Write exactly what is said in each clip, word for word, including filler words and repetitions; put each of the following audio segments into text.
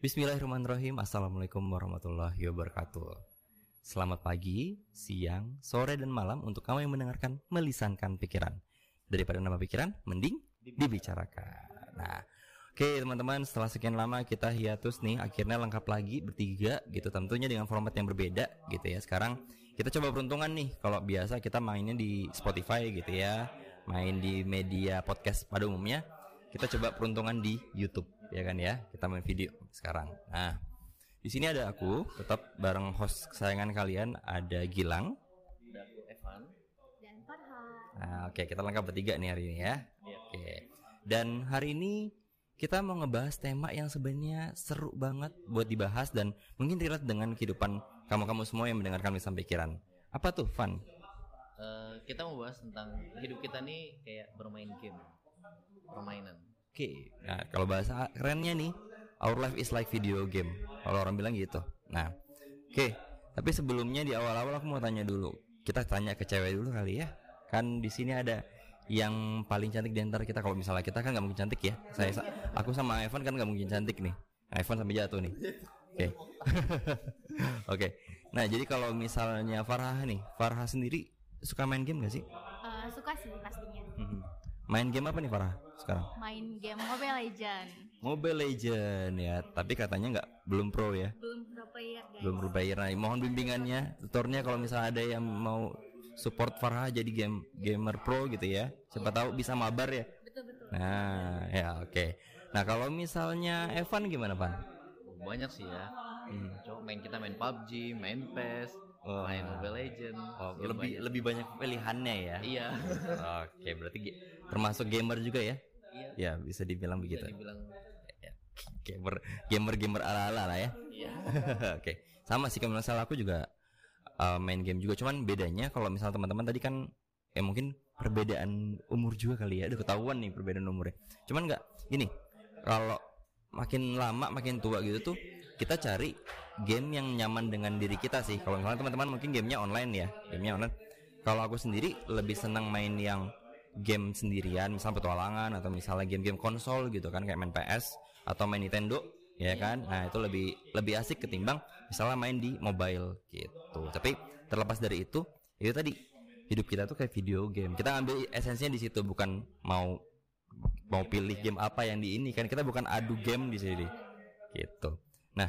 Bismillahirrahmanirrahim. Assalamualaikum warahmatullahi wabarakatuh. Selamat pagi, siang, sore, dan malam untuk kamu yang mendengarkan Melisankan Pikiran. Daripada nama pikiran, mending dibicarakan. Nah, oke okay, teman-teman, setelah sekian lama kita hiatus nih, akhirnya lengkap lagi bertiga gitu, tentunya dengan format yang berbeda gitu ya. Sekarang kita coba peruntungan nih. Kalau biasa kita mainnya di Spotify gitu ya, main di media podcast pada umumnya, kita coba peruntungan di YouTube ya kan ya. Kita main video sekarang. Nah, di sini ada aku tetap bareng host kesayangan kalian, ada Gilang, ada aku Evan, dan Farhan. Nah, oke, okay, kita lengkap bertiga nih hari ini ya. Ya. Oke. Okay. Dan hari ini kita mau ngebahas tema yang sebenarnya seru banget buat dibahas dan mungkin relate dengan kehidupan kamu-kamu semua yang mendengarkan Melisankan Pikiran. Apa tuh, Van? Uh, kita mau bahas tentang hidup kita nih kayak bermain game, permainan. Oke, okay. Nah kalau bahasa kerennya nih, our life is like video game. Kalau orang bilang gitu. Nah, oke. Okay. Tapi sebelumnya di awal-awal aku mau tanya dulu. Kita tanya ke cewek dulu kali ya. Kan di sini ada yang paling cantik di antara kita. Kalau misalnya kita kan nggak mungkin cantik ya. Saya, aku sama Evan kan nggak mungkin cantik nih. Nah, Evan sampai jatuh nih. Oke. Okay. Oke. Okay. Nah jadi kalau misalnya Farah nih, Farah sendiri suka main game nggak sih? Uh, suka sih pastinya. Mm-hmm. Main game apa nih Farah sekarang? Main game Mobile Legend. Mobile Legend ya, tapi katanya nggak belum pro ya? Belum pro player guys. Belum pro player. Nah, mohon bimbingannya, tutornya kalau misalnya ada yang mau support Farah jadi game gamer pro gitu ya. Siapa tahu bisa mabar ya. Betul betul. Nah, ya oke. Okay. Nah, kalau misalnya Evan gimana, Pan? Banyak sih ya. Hmm. Coba main kita main P U B G, main P E S, oh. main Mobile Legend. Oh, ya lebih banyak. lebih banyak pilihannya ya. Iya. Oke, okay, berarti termasuk gamer juga ya? Iya. Ya, bisa dibilang bisa begitu. Dibilang gamer gamer gamer ala-ala lah ya. Iya. Oke. Okay. Sama sih kalau misalnya aku juga uh, main game juga, cuman bedanya kalau misalnya teman-teman tadi kan ya mungkin perbedaan umur juga kali ya. Udah ketahuan nih perbedaan umurnya. Cuman enggak gini, kalau makin lama makin tua gitu tuh kita cari game yang nyaman dengan diri kita sih. Kalau misalnya teman-teman mungkin gamenya online ya, gamenya online. Kalau aku sendiri lebih senang main yang game sendirian, misalnya petualangan atau misalnya game-game konsol gitu kan, kayak main P S atau main Nintendo, ya kan. Nah itu lebih lebih asik ketimbang misalnya main di mobile gitu. Tapi terlepas dari itu, itu tadi hidup kita tuh kayak video game. Kita ambil esensinya di situ, bukan mau mau pilih game apa yang di ini kan, kita bukan adu game di sini gitu. Nah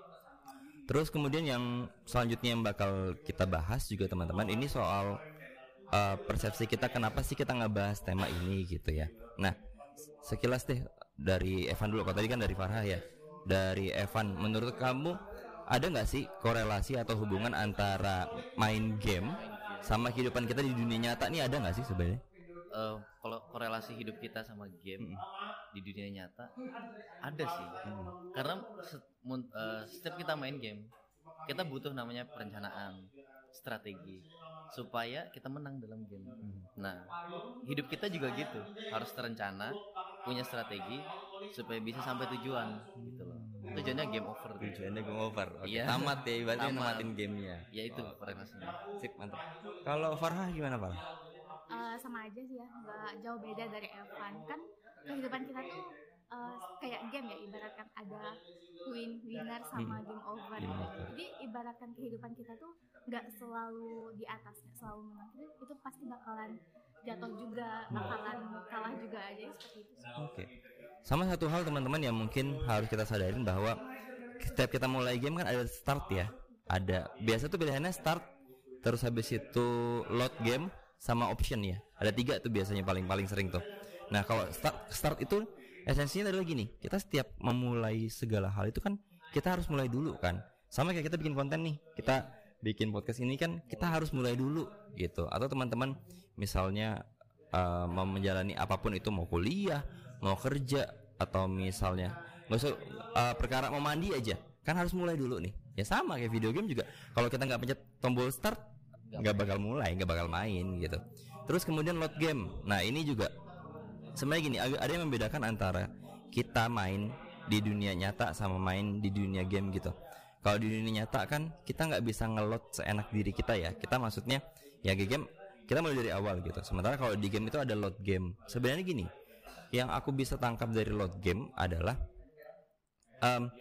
terus kemudian yang selanjutnya yang bakal kita bahas juga teman-teman, ini soal uh, persepsi kita, kenapa sih kita ngebahas tema ini gitu ya. Nah sekilas deh dari Evan dulu, kalau tadi kan dari Farah ya. Dari Evan, menurut kamu ada gak sih korelasi atau hubungan antara main game sama kehidupan kita di dunia nyata? Ini ada gak sih sebenarnya? Uh, kalau korelasi hidup kita sama game hmm. di dunia nyata ada sih, hmm. karena set, uh, setiap kita main game kita butuh namanya perencanaan, strategi supaya kita menang dalam game. Hmm. Nah, hidup kita juga gitu, harus terencana, punya strategi supaya bisa sampai tujuan gitu loh. Tujuannya game over. Tujuannya game over. Oke, ya. Tamat ya, ibaratnya namatin gamenya. Ya itu oh, korelasinya. Sip, mantap. Kalau Farah gimana, Farah? Uh, sama aja sih ya, nggak jauh beda dari Evan. Kan kehidupan kita tuh uh, kayak game ya, ibaratkan ada win winner sama hmm. game over. Hmm. Jadi ibaratkan kehidupan kita tuh nggak selalu di atas, nggak selalu menang. Itu, itu pasti bakalan jatuh juga, bakalan kalah juga aja seperti itu. Oke. Okay. Sama satu hal teman-teman yang mungkin harus kita sadarin bahwa setiap kita mulai game kan ada start ya. Ada biasa tuh pilihannya start, terus habis itu load game sama option ya. Ada tiga tuh biasanya paling-paling sering tuh. Nah kalau start, start itu esensinya adalah gini, kita setiap memulai segala hal itu kan kita harus mulai dulu kan. Sama kayak kita bikin konten nih, kita bikin podcast ini kan kita harus mulai dulu gitu. Atau teman-teman misalnya uh, mau menjalani apapun itu, mau kuliah, mau kerja, atau misalnya nggak usah uh, perkara mau mandi aja, kan harus mulai dulu nih. Ya sama kayak video game juga, kalau kita nggak pencet tombol start nggak bakal mulai, nggak bakal main gitu. Terus kemudian load game. Nah ini juga sebenarnya gini, ada yang membedakan antara kita main di dunia nyata sama main di dunia game gitu. Kalau di dunia nyata kan kita nggak bisa nge-load seenak diri kita ya. Kita maksudnya ya game kita mulai dari awal gitu. Sementara kalau di game itu ada load game. Sebenarnya gini, yang aku bisa tangkap dari load game adalah um,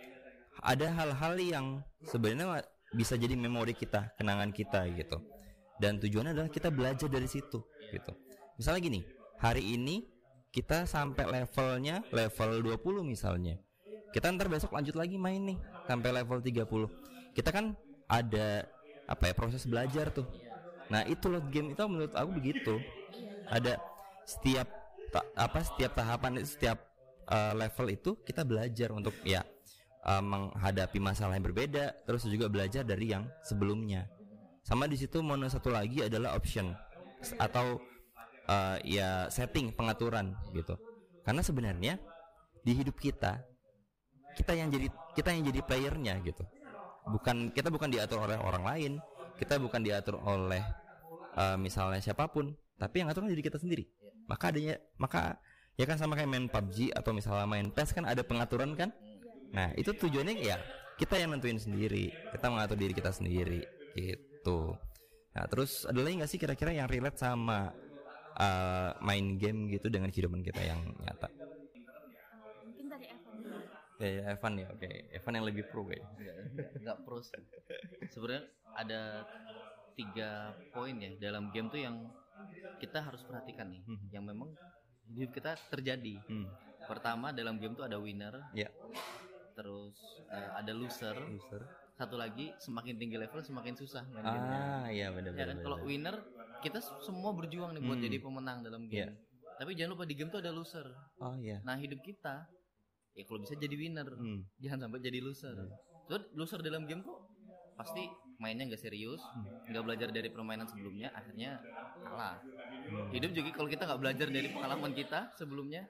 ada hal-hal yang sebenarnya bisa jadi memori kita, kenangan kita gitu. Dan tujuannya adalah kita belajar dari situ gitu. Misalnya gini, hari ini kita sampai levelnya level dua puluh misalnya. Kita ntar besok lanjut lagi main nih sampai level tiga puluh. Kita kan ada apa ya, proses belajar tuh. Nah, itu loh game itu menurut aku begitu. Ada setiap ta- apa setiap tahapan, setiap uh, level itu kita belajar untuk ya uh, menghadapi masalah yang berbeda, terus juga belajar dari yang sebelumnya. Sama di situ mono satu lagi adalah option atau uh, ya setting, pengaturan gitu. Karena sebenarnya di hidup kita kita yang jadi kita yang jadi playernya gitu. Bukan kita bukan diatur oleh orang lain, kita bukan diatur oleh uh, misalnya siapapun, tapi yang ngatur diri kita sendiri. Maka adanya maka ya kan sama kayak main P U B G atau misalnya main P E S kan ada pengaturan kan. Nah, itu tujuannya ya kita yang nentuin sendiri, kita mengatur diri kita sendiri gitu. Nah, terus ada lagi nggak sih kira-kira yang relate sama uh, main game gitu dengan kehidupan kita yang nyata? Mungkin dari Evan dulu. Ya, ya Evan ya, oke. Evan yang lebih pro kayaknya. Enggak, enggak pro sih. Sebenarnya ada tiga poin ya dalam game tuh yang kita harus perhatikan nih, hmm. yang memang hidup kita terjadi. Hmm. Pertama, dalam game tuh ada winner. Ya. Terus uh, ada loser. Loser. Satu lagi, semakin tinggi level semakin susah main ah, gamenya. Ah iya benar ya benar. Kan? Kalau winner kita semua berjuang nih buat hmm. jadi pemenang dalam game. Yeah. Tapi jangan lupa di game tuh ada loser. Oh iya. Yeah. Nah, hidup kita ya kalau bisa jadi winner, hmm. jangan sampai jadi loser. Hmm. Terus loser dalam game kok pasti mainnya nggak serius, nggak hmm. belajar dari permainan sebelumnya, akhirnya kalah. Hmm. Hidup juga kalau kita nggak belajar dari pengalaman kita sebelumnya,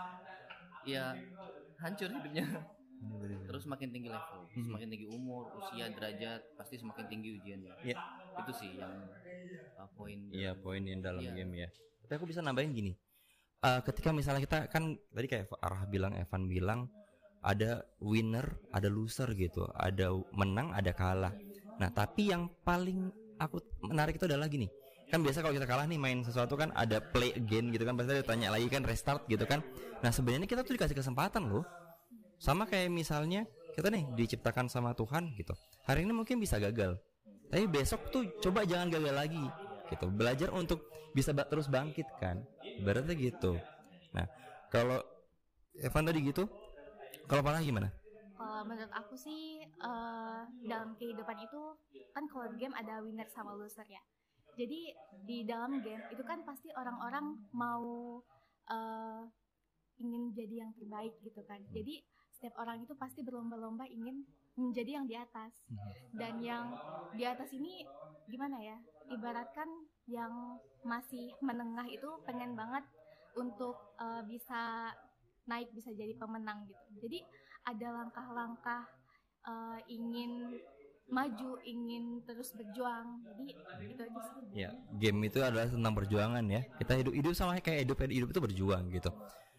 ya hancur hidupnya. Hmm. Terus semakin tinggi level, hmm. semakin tinggi umur, usia, derajat, pasti semakin tinggi ujiannya. Ya. Itu sih yang uh, poin. Iya, poin yang dalam ya. Game ya. Tapi aku bisa nambahin gini. Uh, ketika misalnya kita kan tadi kayak Arah bilang, Evan bilang ada winner, ada loser gitu, ada menang, ada kalah. Nah, tapi yang paling aku menarik itu adalah gini. Kan biasa kalau kita kalah nih main sesuatu kan ada play again gitu kan, pasti ada tanya lagi kan, restart gitu kan. Nah, sebenarnya kita tuh dikasih kesempatan loh. Sama kayak misalnya kita nih diciptakan sama Tuhan gitu. Hari ini mungkin bisa gagal, tapi besok tuh coba jangan gagal lagi gitu. Belajar untuk bisa ba- terus bangkit kan. Berarti gitu. Nah, kalau Evan tadi gitu, kalau Farah gimana? Kalau menurut aku sih uh, dalam kehidupan itu kan kalau game ada winner sama loser ya. Jadi di dalam game itu kan pasti orang-orang mau uh, ingin jadi yang terbaik gitu kan. Jadi setiap orang itu pasti berlomba-lomba ingin menjadi yang di atas. Dan yang di atas ini gimana ya? Ibaratkan yang masih menengah itu pengen banget untuk uh, bisa naik, bisa jadi pemenang gitu. Jadi ada langkah-langkah uh, ingin maju, ingin terus berjuang. Jadi itu aja sih. Ya, game itu adalah tentang perjuangan ya. Kita hidup hidup sama kayak hidup hidup itu berjuang gitu.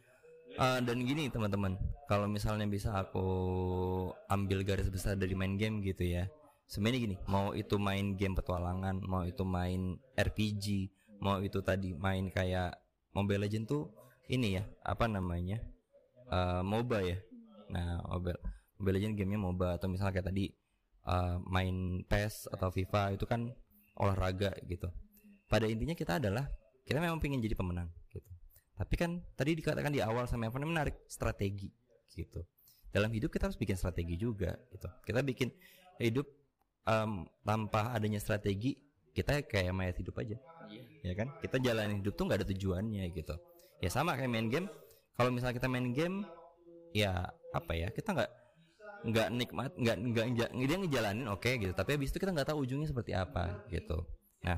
Uh, dan gini teman-teman, kalau misalnya bisa aku ambil garis besar dari main game gitu ya. Sebenarnya gini, mau itu main game petualangan, mau itu main R P G, mau itu tadi main kayak Mobile Legends tuh ini ya, apa namanya? Uh, MOBA ya. Nah, Mobile Mobile Legends gamenya MOBA, atau misalnya kayak tadi uh, main P E S atau FIFA itu kan olahraga gitu. Pada intinya kita adalah kita memang pengen jadi pemenang gitu. Tapi kan tadi dikatakan di awal sama Evan menarik, strategi gitu. Dalam hidup kita harus bikin strategi juga gitu. Kita bikin hidup um, tanpa adanya strategi, kita kayak mayat hidup aja. Yeah. Ya kan? Kita jalanin hidup tuh enggak ada tujuannya gitu. Ya sama kayak main game. Kalau misalnya kita main game, ya apa ya? Kita enggak enggak nikmat, enggak enggak dia ngejalanin oke okay, gitu. Tapi habis itu kita enggak tahu ujungnya seperti apa gitu. Nah,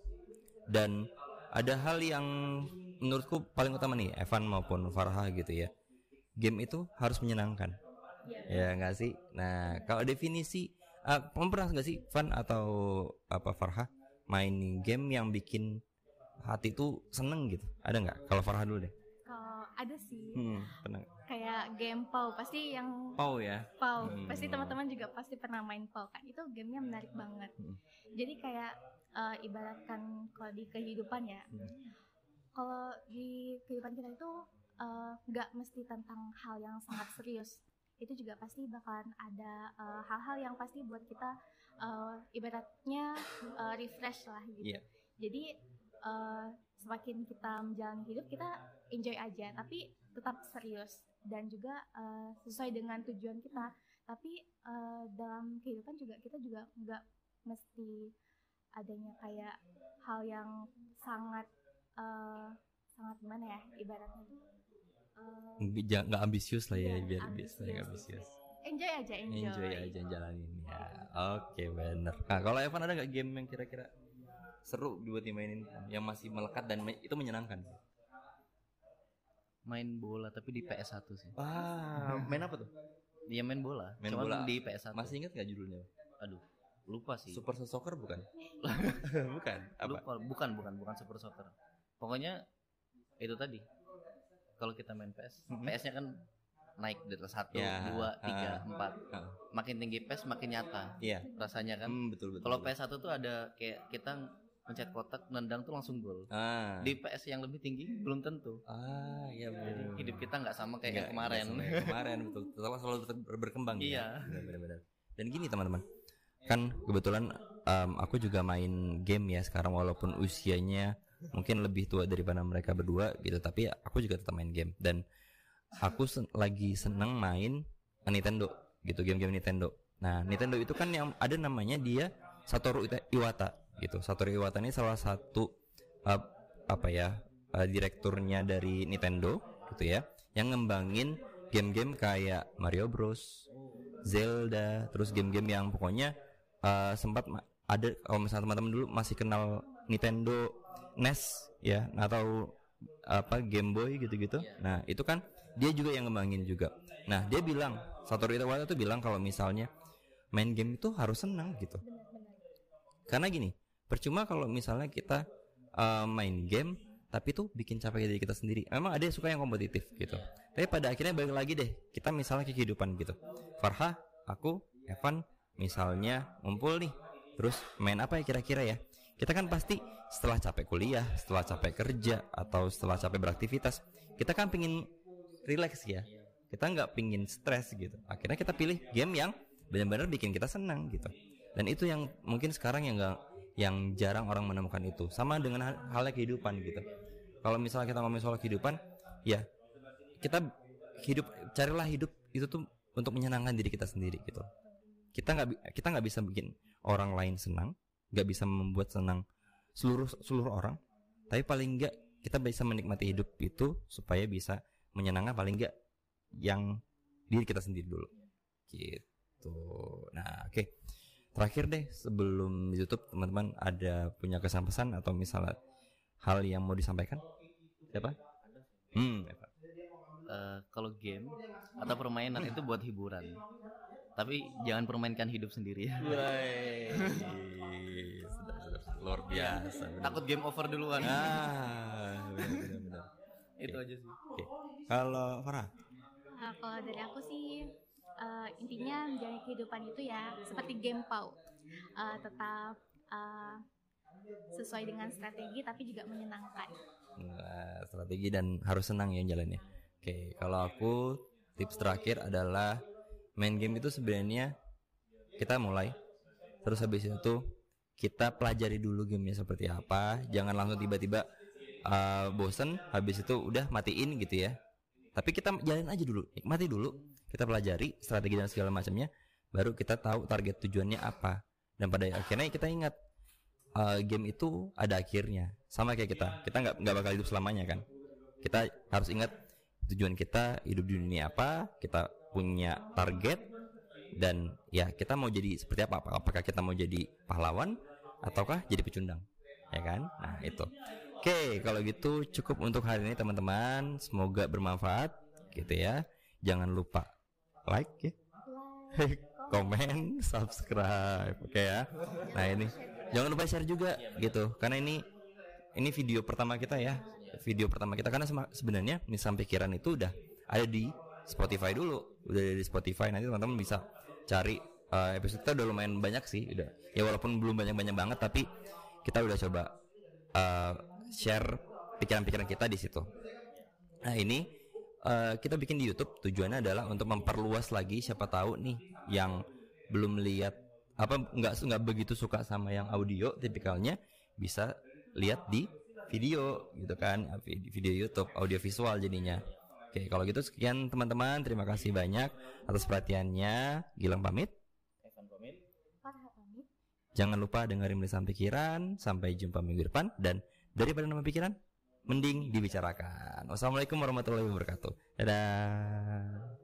dan ada hal yang menurutku paling utama nih, Evan maupun Farha gitu ya. Game itu harus menyenangkan. Ya enggak sih? Nah, kalau definisi uh, kamu pernah enggak sih Van atau apa Farha main game yang bikin hati tuh seneng gitu? Ada enggak? Kalau Farha dulu deh. Kalau ada sih. Hmm, pernah. Kayak game P A U pasti yang P A U ya. P A U. Hmm. Pasti teman-teman juga pasti pernah main P A U kan. Itu gamenya menarik banget. Hmm. Jadi kayak uh, ibaratkan kalau di kehidupan ya. Hmm. Kalau di kehidupan kita itu nggak uh, mesti tentang hal yang sangat serius. itu juga pasti bakalan ada uh, hal-hal yang pasti buat kita uh, ibaratnya uh, refresh lah gitu. Yeah. Jadi uh, semakin kita menjalani hidup kita enjoy aja, tapi tetap serius dan juga uh, sesuai dengan tujuan kita. Tapi uh, dalam kehidupan juga kita juga nggak mesti adanya kayak hal yang sangat uh, sangat gimana ya ibaratnya tuh uh, nggak ambisius lah ya, iya, biar ambisius. biasa nggak ambisius. Enjoy aja, enjoy. Enjoy aja jalanin ya. Oke, bener. Nah, kalau Evan ada nggak game yang kira-kira seru buat dimainin yang masih melekat dan me- itu menyenangkan? Main bola tapi di P S satu sih. Wah, main apa tuh? Dia main bola, Main cuman bola. di P S satu. Masih ingat nggak judulnya? Aduh, lupa sih. Super Soccer bukan? Bukan. Apa? Lupa, bukan, bukan, bukan Super Soccer. Pokoknya itu tadi. Kalau kita main P S, Mm-hmm. P S-nya kan naik dari satu, Ya, dua, tiga, ah, empat. ah. Makin tinggi P S makin nyata Iya. rasanya kan. Hmm, betul betul. Kalau P S satu tuh ada kayak kita mencet kotak, nendang tuh langsung gol. ah. Di P S yang lebih tinggi belum tentu. Ah, iya Jadi benar. hidup kita nggak sama kayak yang Nggak- kemarin. nggak sama yang kemarin betul. Setelah selalu ber- berkembang. Iya. Ya? Benar-benar. Dan gini teman-teman, kan kebetulan um, aku juga main game ya sekarang walaupun usianya mungkin lebih tua daripada mereka berdua gitu, tapi aku juga tetap main game dan aku sen- lagi seneng main Nintendo gitu, game-game Nintendo. Nah, Nintendo itu kan yang ada namanya dia Satoru Ita- Iwata gitu. Satoru Iwata ini salah satu uh, apa ya uh, direkturnya dari Nintendo gitu ya, yang ngembangin game-game kayak Mario Bros, Zelda, terus game-game yang pokoknya uh, sempat ma- ada kalau misalnya teman-teman dulu masih kenal Nintendo N E S ya atau apa Game Boy gitu-gitu. Nah, itu kan dia juga yang ngembangin juga. Nah, dia bilang Satoru Iwata tuh bilang kalau misalnya main game itu harus senang gitu. Karena gini, percuma kalau misalnya kita uh, main game tapi tuh bikin capek diri kita sendiri. Memang ada yang suka yang kompetitif gitu. Tapi pada akhirnya balik lagi deh, kita misalnya ke kehidupan gitu. Farha, aku, Evan misalnya ngumpul nih. Terus main apa ya kira-kira ya? Kita kan pasti setelah capek kuliah, setelah capek kerja atau setelah capek beraktivitas, kita kan pingin relax ya. Kita nggak pingin stres gitu. Akhirnya kita pilih game yang benar-benar bikin kita senang gitu. Dan itu yang mungkin sekarang yang nggak, yang jarang orang menemukan itu. Sama dengan hal, halnya kehidupan gitu. Kalau misalnya kita ngomongin soal kehidupan, ya kita hidup, carilah hidup itu tuh untuk menyenangkan diri kita sendiri gitu. Kita nggak kita nggak bisa bikin orang lain senang, nggak bisa membuat senang seluruh seluruh orang. Tapi paling nggak kita bisa menikmati hidup itu supaya bisa menyenangkan paling nggak yang diri kita sendiri dulu. Gitu. Nah, oke. Okay. Terakhir deh sebelum ditutup, teman-teman ada punya kesan-pesan atau misalnya hal yang mau disampaikan? Siapa? Hmm. Uh, kalau game atau permainan itu buat hiburan, tapi jangan permainkan hidup sendiri. Sudah, sudah, luar biasa. Takut game over duluan. Ah, benar-benar. Itu okay. aja sih. Okay. Kalau Farah? Uh, kalau dari aku sih uh, intinya menjalani kehidupan itu ya seperti game pau, uh, tetap uh, sesuai dengan strategi tapi juga menyenangkan. Nah, strategi dan harus senang ya jalannya. Oke, kalau aku tips terakhir adalah main game itu sebenarnya kita mulai, terus habis itu kita pelajari dulu gamenya seperti apa. Jangan langsung tiba-tiba uh, bosen, habis itu udah matiin gitu ya. Tapi kita jalanin aja dulu, nikmati dulu, kita pelajari strategi dan segala macamnya, baru kita tahu target tujuannya apa. Dan pada akhirnya kita ingat uh, game itu ada akhirnya. Sama kayak kita, kita nggak nggak bakal hidup selamanya kan. Kita harus ingat tujuan kita hidup di dunia apa, kita punya target, dan ya kita mau jadi seperti apa? Apakah kita mau jadi pahlawan ataukah jadi pecundang, ya kan? Nah itu. Oke, kalau gitu cukup untuk hari ini teman-teman. Semoga bermanfaat, gitu ya. Jangan lupa like ya, komen, subscribe, oke ya. Nah ini, jangan lupa share juga, gitu. Karena ini ini video pertama kita ya, video pertama kita. Karena sebenarnya Nisam Pikiran itu udah ada di Spotify dulu, udah ada di Spotify. Nanti teman-teman bisa cari uh, episode kita udah lumayan banyak sih, udah. Ya walaupun belum banyak-banyak banget, tapi kita udah coba uh, share pikiran-pikiran kita di situ. Nah ini uh, kita bikin di YouTube tujuannya adalah untuk memperluas lagi, siapa tahu nih yang belum lihat apa nggak nggak begitu suka sama yang audio tipikalnya bisa lihat di video gitu kan, video YouTube audio visual jadinya. Oke, kalau gitu sekian teman-teman, terima kasih banyak atas perhatiannya. Gilang pamit. Evan pamit. Farha pamit. Jangan lupa dengerin Melisan Pikiran. Sampai jumpa minggu depan. Dan daripada nama pikiran, mending dibicarakan. Wassalamualaikum warahmatullahi wabarakatuh. Dadah.